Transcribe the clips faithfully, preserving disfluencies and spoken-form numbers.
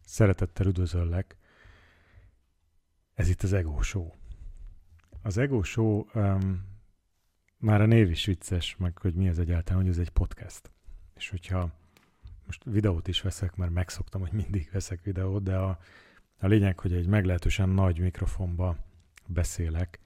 Szeretettel üdvözöllek. Ez itt az Ego Show. Az Ego Show um, már a név is vicces, meg hogy mi ez egyáltalán, hogy ez egy podcast. És hogyha most videót is veszek, mert megszoktam, hogy mindig veszek videót, de a, a lényeg, hogy egy meglehetősen nagy mikrofonba beszélek,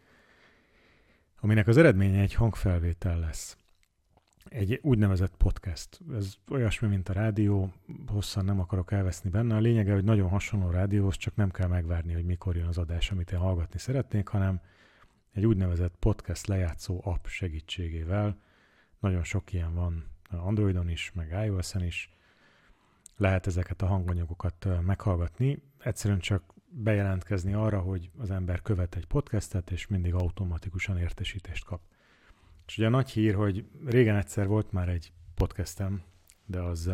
aminek az eredménye egy hangfelvétel lesz. Egy úgynevezett podcast. Ez olyasmi, mint a rádió, hosszan nem akarok elveszni benne. A lényege, hogy nagyon hasonló rádióhoz, csak nem kell megvárni, hogy mikor jön az adás, amit én hallgatni szeretnék, hanem egy úgynevezett podcast lejátszó app segítségével. Nagyon sok ilyen van Androidon is, meg iOS-en is. Lehet ezeket a hanganyagokat meghallgatni. Egyszerűen csak bejelentkezni arra, hogy az ember követ egy podcastet, és mindig automatikusan értesítést kap. És ugye a nagy hír, hogy régen egyszer volt már egy podcastem, de az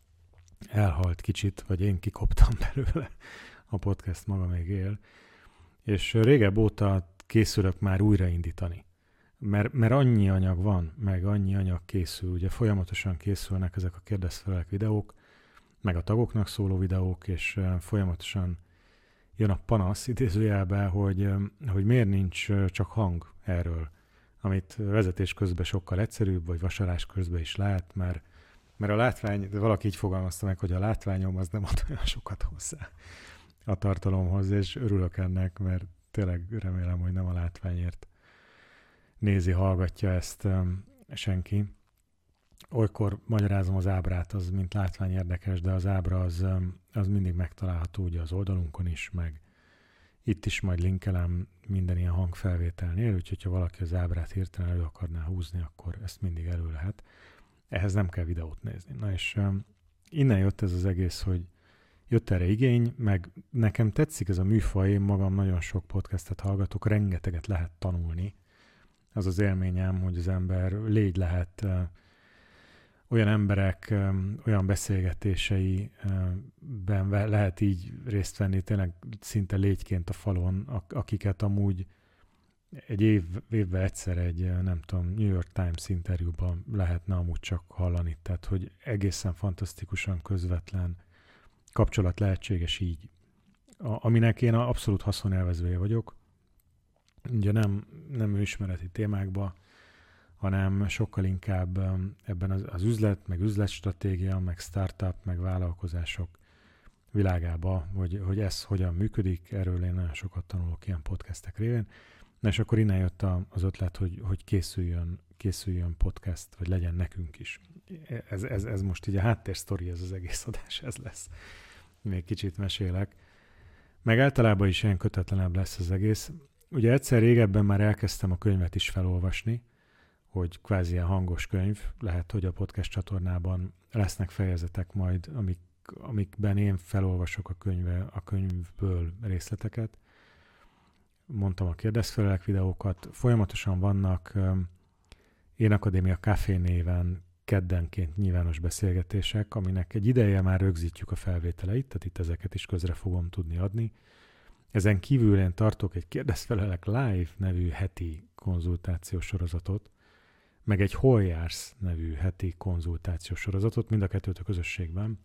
elhalt kicsit, vagy én kikoptam belőle, a podcast maga még él, és régebb óta készülök már újraindítani. Mert, mert annyi anyag van, meg annyi anyag készül, ugye folyamatosan készülnek ezek a kérdezfelelek videók, meg a tagoknak szóló videók, és folyamatosan jön a panasz idézőjelben, hogy, hogy miért nincs csak hang erről, amit vezetés közben sokkal egyszerűbb, vagy vasalás közben is lát, mert, mert a látvány, valaki így fogalmazta meg, hogy a látványom az nem ad olyan sokat hozzá a tartalomhoz, és örülök ennek, mert tényleg remélem, hogy nem a látványért nézi, hallgatja ezt um, senki. Olykor magyarázom az ábrát, az mint látvány érdekes, de az ábra az, um, az mindig megtalálható ugye az oldalunkon is, meg itt is majd linkelem minden ilyen hangfelvételnél, úgyhogy ha valaki az ábrát hirtelen elő akarná húzni, akkor ezt mindig elő lehet. Ehhez nem kell videót nézni. Na és um, innen jött ez az egész, hogy jött erre igény, meg nekem tetszik ez a műfaj, én magam nagyon sok podcastet hallgatok, rengeteget lehet tanulni. Az az élményem, hogy az ember légy lehet, uh, olyan emberek, um, olyan beszélgetéseiben uh, lehet így részt venni, tényleg szinte légyként a falon, ak- akiket amúgy egy év, évben egyszer egy, uh, nem tudom, New York Times interjúban lehetne amúgy csak hallani. Tehát, hogy egészen fantasztikusan közvetlen kapcsolat lehetséges így. A, aminek én abszolút haszonélvezője vagyok. Ugye nem, nem ismereti témákba, hanem sokkal inkább ebben az, az üzlet, meg üzletstratégia, meg startup, meg vállalkozások világába, hogy, hogy ez hogyan működik, erről én nagyon sokat tanulok ilyen podcastek révén. Na és akkor innen jött a, az ötlet, hogy, hogy készüljön, készüljön podcast, vagy legyen nekünk is. Ez, ez, ez most így a háttérsztori, ez az egész adás, ez lesz. Még kicsit mesélek. Meg általában is ilyen kötetlenebb lesz az egész. Ugye egyszer régebben már elkezdtem a könyvet is felolvasni, hogy kvázi ilyen hangos könyv, lehet, hogy a podcast csatornában lesznek fejezetek majd, amik, amikben én felolvasok a, könyve, a könyvből részleteket. Mondtam a kérdezfelelek videókat, folyamatosan vannak um, Én Akadémia Café néven keddenként nyilvános beszélgetések, aminek egy ideje már rögzítjük a felvételeit, tehát itt ezeket is közre fogom tudni adni. Ezen kívül én tartok egy Kérdezfelelek Live nevű heti konzultációs sorozatot, meg egy Hol jársz nevű heti konzultációs sorozatot, mind a kettőt a közösségben,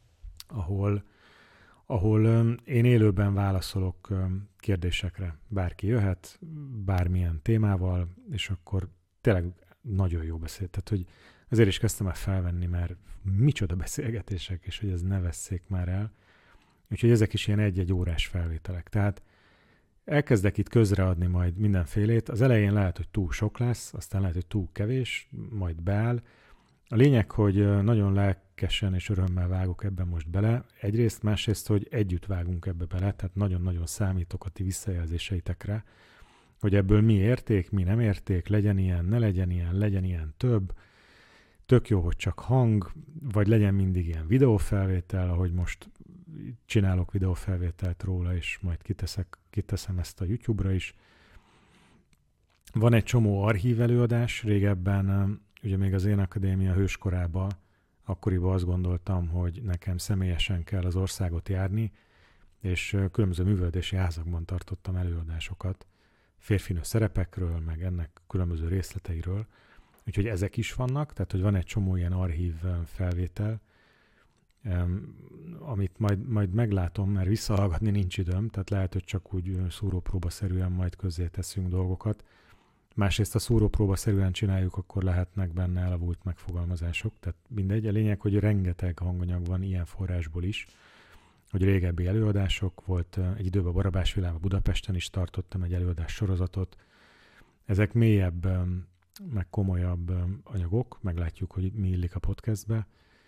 ahol, ahol én élőben válaszolok kérdésekre. Bárki jöhet, bármilyen témával, és akkor tényleg nagyon jó beszél. Tehát, hogy azért is kezdtem el felvenni, mert micsoda beszélgetések, és hogy ez ne vesszék már el. Úgyhogy ezek is ilyen egy-egy órás felvételek. Tehát elkezdek itt közreadni majd mindenfélét. Az elején lehet, hogy túl sok lesz, aztán lehet, hogy túl kevés, majd beáll. A lényeg, hogy nagyon lelkesen és örömmel vágok ebben most bele. Egyrészt, másrészt, hogy együtt vágunk ebbe bele, tehát nagyon-nagyon számítok a ti visszajelzéseitekre, hogy ebből mi érték, mi nem érték, legyen ilyen, ne legyen ilyen, legyen ilyen több. Tök jó, hogy csak hang, vagy legyen mindig ilyen videófelvétel, ahogy most csinálok videófelvételt róla, és majd kiteszek, kiteszem ezt a YouTube-ra is. Van egy csomó archív előadás, régebben, ugye még az Én Akadémia hőskorában, akkoriban azt gondoltam, hogy nekem személyesen kell az országot járni, és különböző művelődési házakban tartottam előadásokat, férfinő szerepekről, meg ennek különböző részleteiről. Úgyhogy ezek is vannak, tehát hogy van egy csomó ilyen archív felvétel, amit majd, majd meglátom, mert visszahallgatni nincs időm, tehát lehet, hogy csak úgy szúrópróbaszerűen majd közzé teszünk dolgokat. Másrészt a szúrópróbaszerűen csináljuk, akkor lehetnek benne elavult megfogalmazások, tehát mindegy. A lényeg, hogy rengeteg hanganyag van ilyen forrásból is, hogy régebbi előadások, volt egy időben Barabás Világban Budapesten is tartottam egy előadás sorozatot. Ezek mélyebb, meg komolyabb anyagok, meglátjuk, hogy mi illik a podcastbe.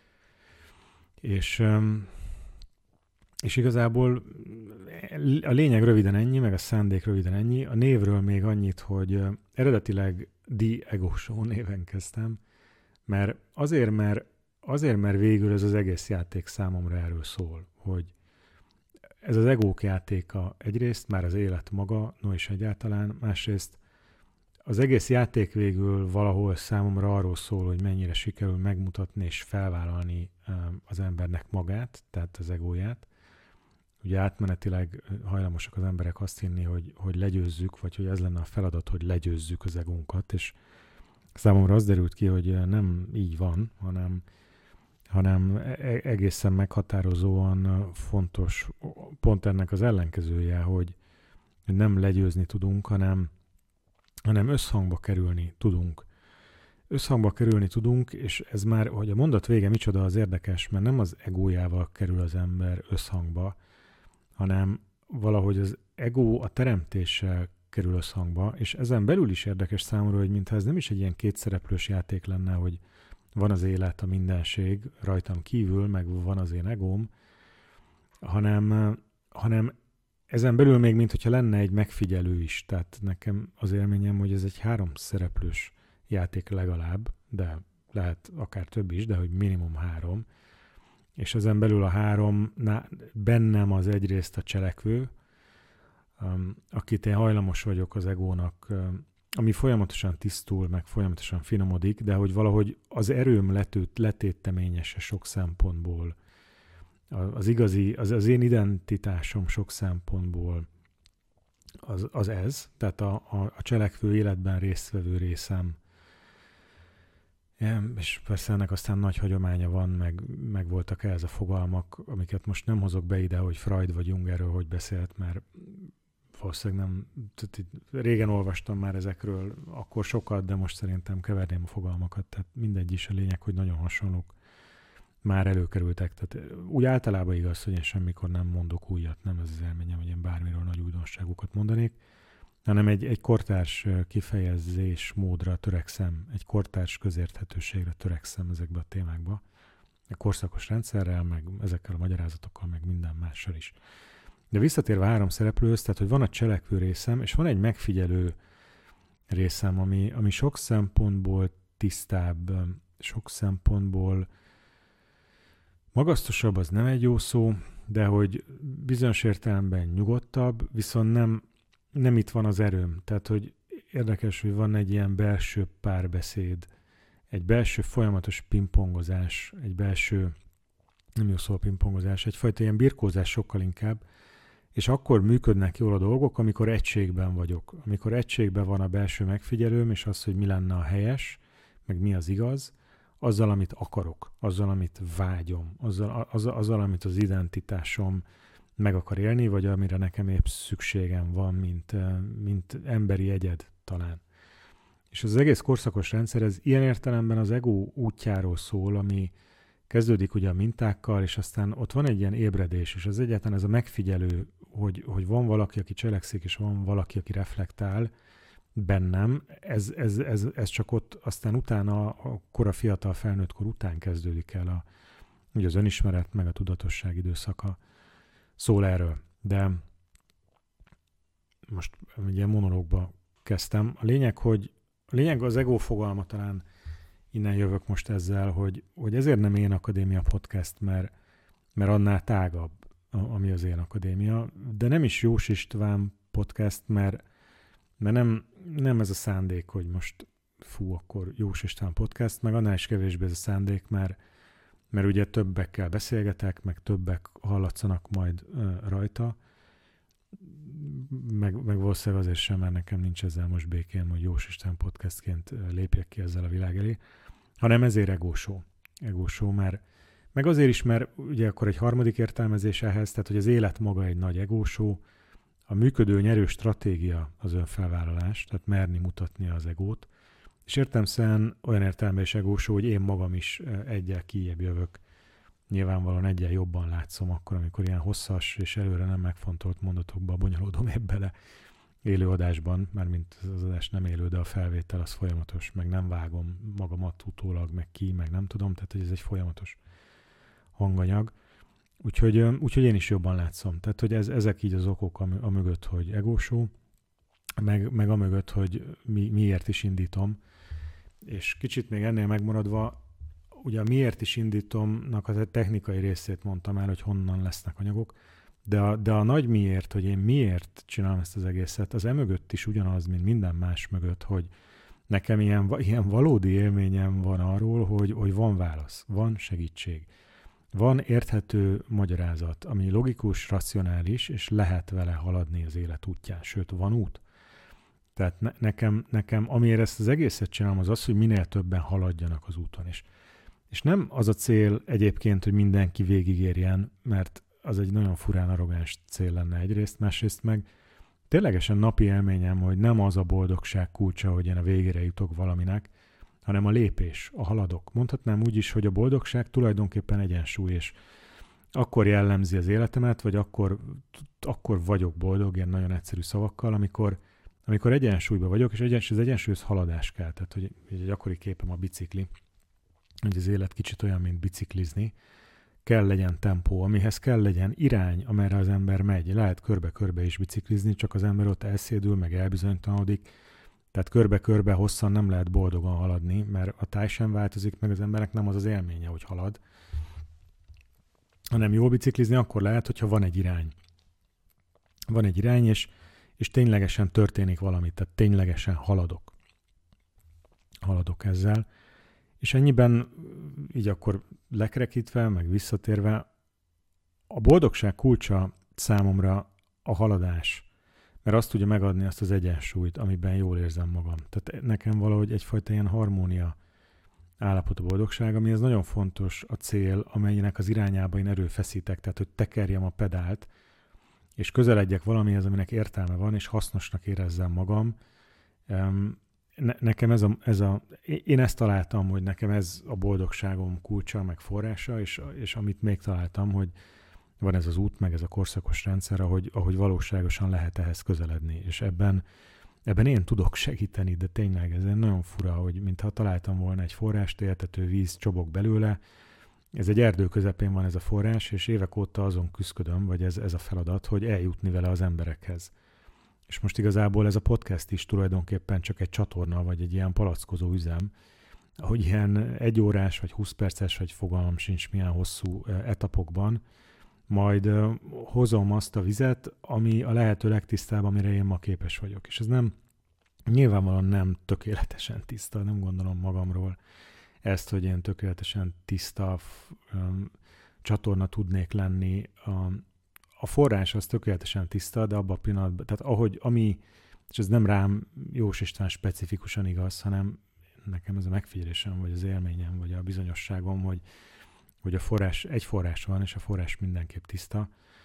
És, és igazából a lényeg röviden ennyi, meg a szándék röviden ennyi. A névről még annyit, hogy eredetileg The Ego Show néven kezdtem, mert azért, mert, azért, mert végül ez az egész játék számomra erről szól, hogy ez az egók játéka egyrészt, már az élet maga, no és egyáltalán, másrészt az egész játék végül valahol számomra arról szól, hogy mennyire sikerül megmutatni és felvállalni az embernek magát, tehát az egóját. Ugye átmenetileg hajlamosak az emberek azt hinni, hogy, hogy legyőzzük, vagy hogy ez lenne a feladat, hogy legyőzzük az egónkat, és számomra az derült ki, hogy nem így van, hanem, hanem egészen meghatározóan fontos pont ennek az ellenkezője, hogy nem legyőzni tudunk, hanem hanem összhangba kerülni tudunk. Összhangba kerülni tudunk, és ez már, hogy a mondat vége micsoda, az érdekes, mert nem az egójával kerül az ember összhangba, hanem valahogy az egó a teremtéssel kerül összhangba, és ezen belül is érdekes számomra, hogy mintha ez nem is egy ilyen kétszereplős játék lenne, hogy van az élet, a mindenség rajtam kívül, meg van az én egóm, hanem, hanem ezen belül még, mint hogyha lenne egy megfigyelő is. Tehát nekem az élményem, hogy ez egy három szereplős játék legalább, de lehet akár több is, de hogy minimum három. És ezen belül a három, bennem az egyrészt a cselekvő, um, akit én hajlamos vagyok az egónak, um, ami folyamatosan tisztul, meg folyamatosan finomodik, de hogy valahogy az erőm letőt, letéteményese sok szempontból, az igazi, az, az én identitásom sok szempontból az, az ez, tehát a, a, a cselekvő életben résztvevő részem. Ja, és persze ennek aztán nagy hagyománya van, meg, meg voltak ehhez a fogalmak, amiket most nem hozok be ide, hogy Freud vagy Jung erről hogy beszélt, mert valószínűleg nem, régen olvastam már ezekről, akkor sokat, de most szerintem keverném a fogalmakat, tehát mindegy is, a lényeg, hogy nagyon hasonlók már előkerültek. Tehát úgy általában igaz, hogy én semmikor nem mondok újat, nem ez az élményem, hogy én bármiről nagy újdonságokat mondanék, hanem egy, egy kortárs kifejezés módra törekszem, egy kortárs közérthetőségre törekszem ezekbe a témákba, a korszakos rendszerrel, meg ezekkel a magyarázatokkal, meg minden mással is. De visszatérve három szereplőhöz, tehát, hogy van a cselekvő részem, és van egy megfigyelő részem, ami, ami sok szempontból tisztább, sok szempontból magasztosabb, az nem egy jó szó, de hogy bizonyos értelemben nyugodtabb, viszont nem, nem itt van az erőm. Tehát, hogy érdekes, hogy van egy ilyen belső párbeszéd, egy belső folyamatos pingpongozás, egy belső, nem jó szó a pingpongozás, egyfajta ilyen birkózás sokkal inkább, és akkor működnek jól a dolgok, amikor egységben vagyok. Amikor egységben van a belső megfigyelőm, és az, hogy mi lenne a helyes, meg mi az igaz, azzal, amit akarok, azzal, amit vágyom, azzal, azzal, azzal, amit az identitásom meg akar élni, vagy amire nekem épp szükségem van, mint, mint emberi egyed talán. És az egész korszakos rendszer, ez ilyen értelemben az ego útjáról szól, ami kezdődik ugye a mintákkal, és aztán ott van egy ilyen ébredés, és az egyáltalán ez a megfigyelő, hogy, hogy van valaki, aki cselekszik, és van valaki, aki reflektál bennem, ez, ez, ez, ez csak ott aztán utána, a kora fiatal felnőttkor után kezdődik el a, ugye az önismeret, meg a tudatosság időszaka szól erről. De most egy ilyen monológba kezdtem. A lényeg, hogy a lényeg az ego fogalma, talán innen jövök most ezzel, hogy, hogy ezért nem Én Akadémia podcast, mert, mert annál tágabb, ami az Én Akadémia, de nem is Jós István podcast, mert, mert nem, nem ez a szándék, hogy most fú, akkor Jós István podcast, meg annál is kevésbé ez a szándék, mert, mert ugye többekkel beszélgetek, meg többek hallatszanak majd uh, rajta, meg, meg valószínűleg azért sem, mert nekem nincs ezzel most békén, hogy Jós István podcastként lépjek ki ezzel a világ elé, hanem ezért egósó. Egósó, mert, Meg azért is, mert ugye akkor egy harmadik értelmezés ehhez, tehát hogy az élet maga egy nagy egóshow, a működő nyerő stratégia az önfelvállalás, tehát merni mutatni az egót, és értelemszerűen olyan értelemben is egóshow, hogy én magam is egyel kijebb jövök. Nyilvánvalóan egyel jobban látszom akkor, amikor ilyen hosszas és előre nem megfontolt mondatokba bonyolódom épp bele élő adásban, mármint az adás nem élő, de a felvétel az folyamatos, meg nem vágom magamat utólag, meg ki, meg nem tudom, tehát hogy ez egy folyamatos hanganyag. Úgyhogy, úgyhogy én is jobban látszom. Tehát, hogy ez, ezek így az okok amögött, hogy egóshow, meg, meg amögött, hogy mi, miért is indítom. És kicsit még ennél megmaradva, ugye a miért is indítomnak a technikai részét mondtam el, hogy honnan lesznek anyagok, de a, de a nagy miért, hogy én miért csinálom ezt az egészet, az emögött is ugyanaz, mint minden más mögött, hogy nekem ilyen, ilyen valódi élményem van arról, hogy, hogy van válasz, van segítség. Van érthető magyarázat, ami logikus, racionális, és lehet vele haladni az élet útján, sőt, van út. Tehát ne, nekem, nekem, amiért ezt az egészet csinálom, az az, hogy minél többen haladjanak az úton is. És nem az a cél egyébként, hogy mindenki végigérjen, mert az egy nagyon furán arrogáns cél lenne egyrészt, másrészt meg ténylegesen napi élményem, hogy nem az a boldogság kulcsa, hogy én a végére jutok valaminek, hanem a lépés, a haladok. Mondhatnám úgy is, hogy a boldogság tulajdonképpen egyensúly, és akkor jellemzi az életemet, vagy akkor, akkor vagyok boldog, ilyen nagyon egyszerű szavakkal, amikor, amikor egyensúlyban vagyok, és egyensúly, az egyensúlyhoz haladás kell. Tehát, hogy egy gyakori képem a bicikli, hogy az élet kicsit olyan, mint biciklizni, kell legyen tempó, amihez kell legyen irány, amerre az ember megy. Lehet körbe-körbe is biciklizni, csak az ember ott elszédül, meg elbizonytalanodik. Tehát körbe-körbe hosszan nem lehet boldogan haladni, mert a táj sem változik, meg az emberek nem az az élménye, hogy halad. Hanem jól biciklizni akkor lehet, hogyha van egy irány. Van egy irány, és, és ténylegesen történik valami, tehát ténylegesen haladok. Haladok ezzel. És ennyiben, így akkor lekrekítve, meg visszatérve, a boldogság kulcsa számomra a haladás, mert azt tudja megadni azt az egyensúlyt, amiben jól érzem magam. Tehát nekem valahogy egyfajta ilyen harmónia állapot a boldogság, ami ez nagyon fontos a cél, amelynek az irányába én erőfeszítek, tehát hogy tekerjem a pedált, és közeledjek valamihez, aminek értelme van, és hasznosnak érezzem magam. Ne, nekem ez a, ez a, én ezt találtam, hogy nekem ez a boldogságom kulcsa, meg forrása, és, és amit még találtam, hogy van ez az út, meg ez a korszakos rendszer, ahogy, ahogy valóságosan lehet ehhez közeledni. És ebben, ebben én tudok segíteni, de tényleg ez nagyon fura, hogy mintha találtam volna egy forrást, éltető víz csobog belőle. Ez egy erdő közepén van ez a forrás, és évek óta azon küszködöm, vagy ez, ez a feladat, hogy eljutni vele az emberekhez. És most igazából ez a podcast is tulajdonképpen csak egy csatorna, vagy egy ilyen palackozó üzem, hogy ilyen egyórás, vagy húsz perces, vagy fogalmam sincs milyen hosszú etapokban, majd uh, hozom azt a vizet, ami a lehető legtisztább, amire én ma képes vagyok. És ez nem, nyilvánvalóan nem tökéletesen tiszta, nem gondolom magamról ezt, hogy én tökéletesen tiszta um, csatorna tudnék lenni. Um, a forrás az tökéletesen tiszta, de abban a pillanatban, tehát ahogy, ami, és ez nem rám Jós István specifikusan igaz, hanem nekem ez a megfigyelésem, vagy az élményem, vagy a bizonyosságom, hogy hogy a forrás, egy forrás van, és a forrás mindenképp tiszta.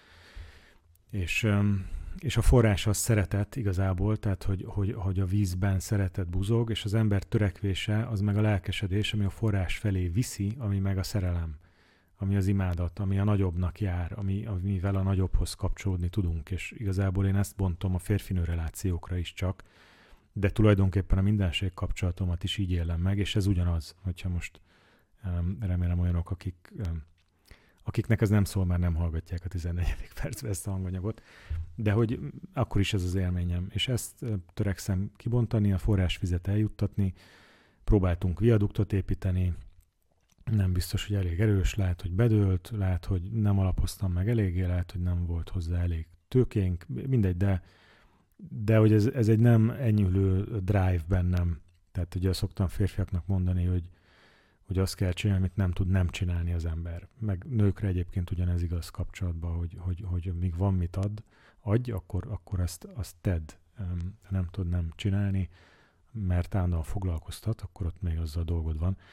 És, és a forrás az szeretet igazából, tehát hogy, hogy, hogy a vízben szeretet buzog, és az ember törekvése az meg a lelkesedés, ami a forrás felé viszi, ami meg a szerelem, ami az imádat, ami a nagyobbnak jár, ami, amivel a nagyobbhoz kapcsolódni tudunk. És igazából én ezt bontom a férfinő relációkra is csak, de tulajdonképpen a mindenség kapcsolatomat is így élem meg, és ez ugyanaz, hogyha most remélem olyanok, akik, akiknek ez nem szól, már nem hallgatják a tizennegyedik percben ezt a hanganyagot, de hogy akkor is ez az élményem, és ezt törekszem kibontani, a forrásvizet eljuttatni, próbáltunk viaduktot építeni, nem biztos, hogy elég erős, lehet, hogy bedőlt, lehet, hogy nem alapoztam meg eléggé, lehet, hogy nem volt hozzá elég tőkénk, mindegy, de, de hogy ez, ez egy nem enyhülő drive bennem, tehát ugye szoktam férfiaknak mondani, hogy hogy azt kell csinálni, amit nem tud nem csinálni az ember. Meg nőkre egyébként ugyanez igaz kapcsolatban, hogy, hogy, hogy míg van mit ad, adj, akkor, akkor azt, azt tedd. Ha nem tud nem csinálni, mert állandóan foglalkoztat, akkor ott még azzal dolgod van.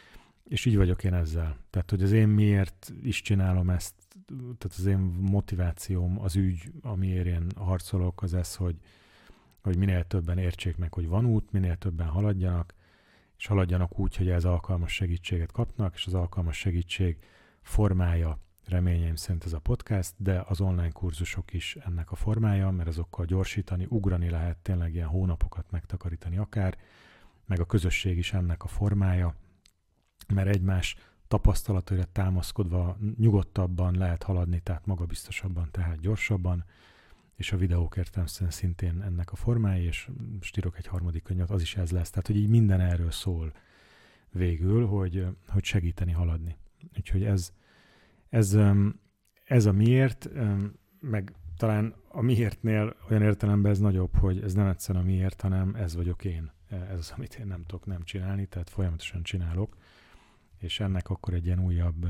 és így vagyok én ezzel. Tehát, hogy az én miért is csinálom ezt, tehát az én motivációm, az ügy, amiért én harcolok, az ez, hogy, hogy minél többen értsék meg, hogy van út, minél többen haladjanak, és haladjanak úgy, hogy ez alkalmas segítséget kapnak, és az alkalmas segítség formája, reményeim szerint ez a podcast, de az online kurzusok is ennek a formája, mert azokkal gyorsítani, ugrani lehet, tényleg ilyen hónapokat megtakarítani akár, meg a közösség is ennek a formája, mert egymás tapasztalatára támaszkodva nyugodtabban lehet haladni, tehát magabiztosabban, tehát gyorsabban, és a videók értelemszerűen szintén ennek a formája, és most írok egy harmadik könyvet, az is ez lesz. Tehát, hogy így minden erről szól végül, hogy, hogy segíteni haladni. Úgyhogy ez, ez, ez a miért, meg talán a miértnél olyan értelemben ez nagyobb, hogy ez nem egyszerűen a miért, hanem ez vagyok én. Ez az, amit én nem tudok nem csinálni, tehát folyamatosan csinálok. És ennek akkor egy ilyen újabb,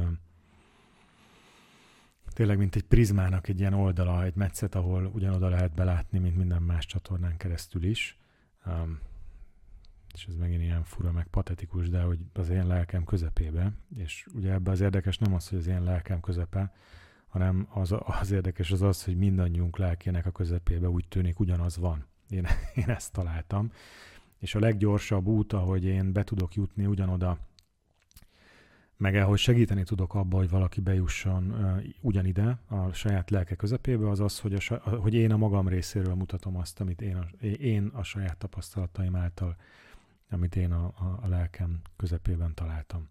tényleg mint egy prizmának egy ilyen oldala, egy metszet, ahol ugyanoda lehet belátni, mint minden más csatornán keresztül is. Um, és ez megint ilyen fura, meg patetikus, de hogy az én lelkem közepébe. És ugye ebben az érdekes nem az, hogy az én lelkem közepe, hanem az, az érdekes az az, hogy mindannyiunk lelkének a közepébe úgy tűnik ugyanaz van. Én, én ezt találtam. És a leggyorsabb út, ahogy én be tudok jutni ugyanoda, meg ahogy segíteni tudok abba, hogy valaki bejusson uh, ugyanide a saját lelke közepébe, az az, hogy, a, hogy én a magam részéről mutatom azt, amit én a, én a saját tapasztalataim által, amit én a, a, a lelkem közepében találtam.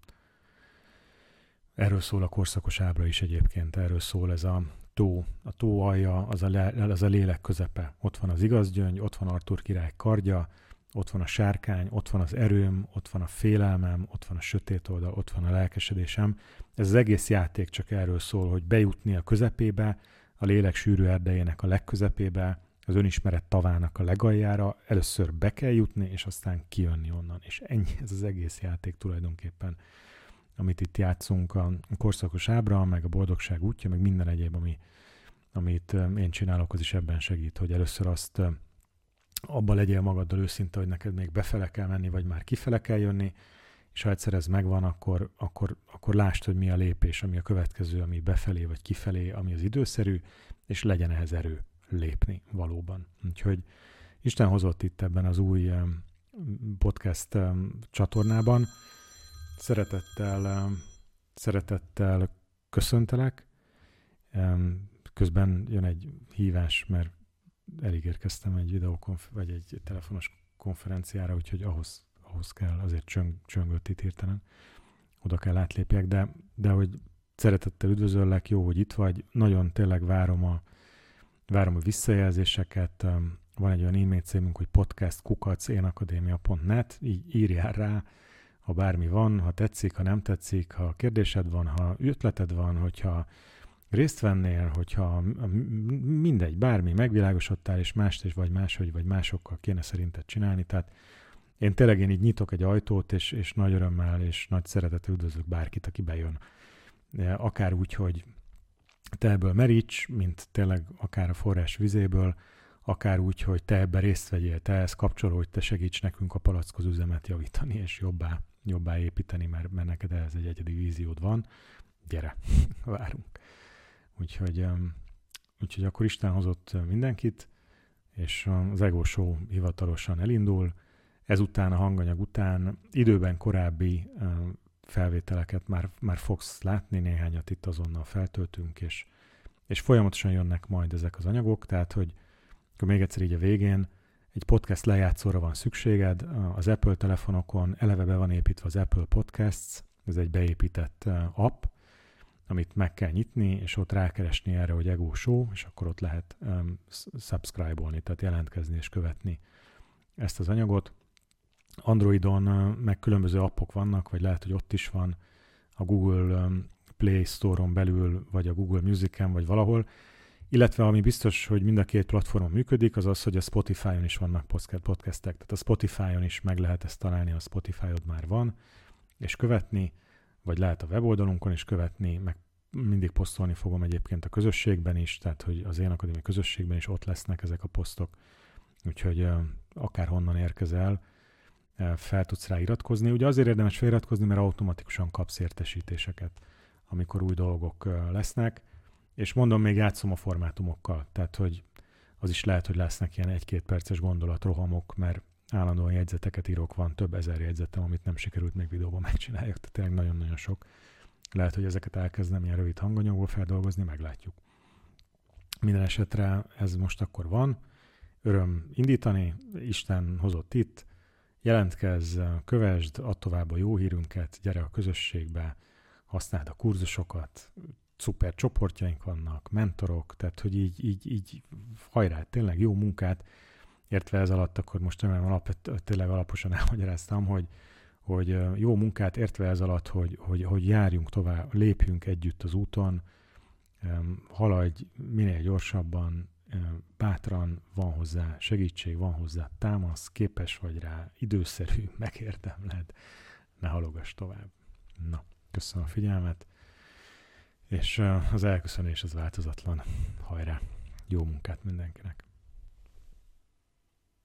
Erről szól a korszakos ábra is egyébként, erről szól ez a tó. A tó alja, az a, le, az a lélek közepe. Ott van az igaz gyöngy, ott van Artúr király kardja, ott van a sárkány, ott van az erőm, ott van a félelmem, ott van a sötét oldal, ott van a lelkesedésem. Ez az egész játék csak erről szól, hogy bejutni a közepébe, a lélek sűrű erdejének a legközepébe, az önismeret tavának a legaljára, először be kell jutni, és aztán kijönni onnan. És ennyi, ez az egész játék tulajdonképpen, amit itt játszunk, a korszakos ábra, meg a boldogság útja, meg minden egyéb, ami, amit én csinálok, az is ebben segít, hogy először azt abban legyél magaddal őszinte, hogy neked még befele kell menni, vagy már kifele kell jönni, és ha egyszer ez megvan, akkor, akkor, akkor lásd, hogy mi a lépés, ami a következő, ami befelé vagy kifelé, ami az időszerű, és legyen ehhez erő lépni valóban. Úgyhogy Isten hozott itt ebben az új podcast csatornában. Szeretettel, szeretettel köszöntelek. Közben jön egy hívás, mert elég érkeztem egy videokonf- vagy egy telefonos konferenciára, úgyhogy ahhoz, ahhoz kell, azért csöng, csöngött itt hirtelen, oda kell átlépjek, de, de hogy szeretettel üdvözöllek, jó, hogy itt vagy, nagyon tényleg várom a, várom a visszajelzéseket, van egy olyan e-mail címünk, hogy podcast kukac énakadémia pont net, így írjál rá, ha bármi van, ha tetszik, ha nem tetszik, ha kérdésed van, ha ötleted van, hogyha részt vennél, hogyha mindegy, bármi, megvilágosodtál, és mást is, vagy máshogy, vagy másokkal kéne szerinted csinálni. Tehát én tényleg én így nyitok egy ajtót, és, és nagy örömmel, és nagy szeretettel üdvözlök bárkit, aki bejön. Akár úgy, hogy te ebből meríts, mint tényleg akár a forrás vizéből, akár úgy, hogy te ebbe részt vegyél, te ezt kapcsolódj, te segíts nekünk a palackoz üzemet javítani, és jobbá, jobbá építeni, mert, mert neked ehhez egy egyedi víziód van. Gyere, várunk. Úgyhogy, úgyhogy akkor Isten hozott mindenkit, és az Ego Show hivatalosan elindul. Ezután, a hanganyag után időben korábbi felvételeket már, már fogsz látni, néhányat itt azonnal feltöltünk, és, és folyamatosan jönnek majd ezek az anyagok, tehát hogy akkor még egyszer így a végén egy podcast lejátszóra van szükséged, az Apple telefonokon eleve be van építve az Apple Podcasts, ez egy beépített app, amit meg kell nyitni, és ott rákeresni erre, hogy Ego Show, és akkor ott lehet um, subscribe-olni, tehát jelentkezni és követni ezt az anyagot. Androidon uh, meg különböző appok vannak, vagy lehet, hogy ott is van a Google um, Play Store-on belül, vagy a Google Music-en, vagy valahol. Illetve ami biztos, hogy mind a két platformon működik, az az, hogy a Spotify-on is vannak podcastek. Tehát a Spotify-on is meg lehet ezt találni, a Spotify-od már van, és követni, vagy lehet a weboldalunkon is követni, meg mindig posztolni fogom egyébként a közösségben is, tehát hogy az Én Akadémia közösségben is ott lesznek ezek a posztok, úgyhogy uh, akárhonnan érkezel, fel tudsz rá iratkozni. Ugye azért érdemes feliratkozni, mert automatikusan kapsz értesítéseket, amikor új dolgok lesznek, és mondom, még játszom a formátumokkal, tehát hogy az is lehet, hogy lesznek ilyen egy-két perces gondolatrohamok, mert állandóan jegyzeteket írok, van több ezer jegyzetem, amit nem sikerült még videóban megcsináljak, tehát tényleg nagyon-nagyon sok. Lehet, hogy ezeket elkezdem ilyen rövid hanganyagból feldolgozni, meglátjuk. Minden esetre ez most akkor van. Öröm indítani, Isten hozott itt, jelentkezz, kövesd, add tovább a jó hírünket, gyere a közösségbe, használd a kurzusokat, szuper csoportjaink vannak, mentorok, tehát hogy így, így, így hajrá, tényleg jó munkát, értve ez alatt, akkor most nem alap, tényleg alaposan elmagyaráztam, hogy, hogy jó munkát értve ez alatt, hogy, hogy, hogy járjunk tovább, lépjünk együtt az úton, haladj minél gyorsabban, bátran, van hozzá segítség, van hozzá támasz, képes vagy rá, időszerű, megérdemled, ne halogass tovább. Na, köszönöm a figyelmet, és az elköszönés az változatlan. Hajrá! Jó munkát mindenkinek!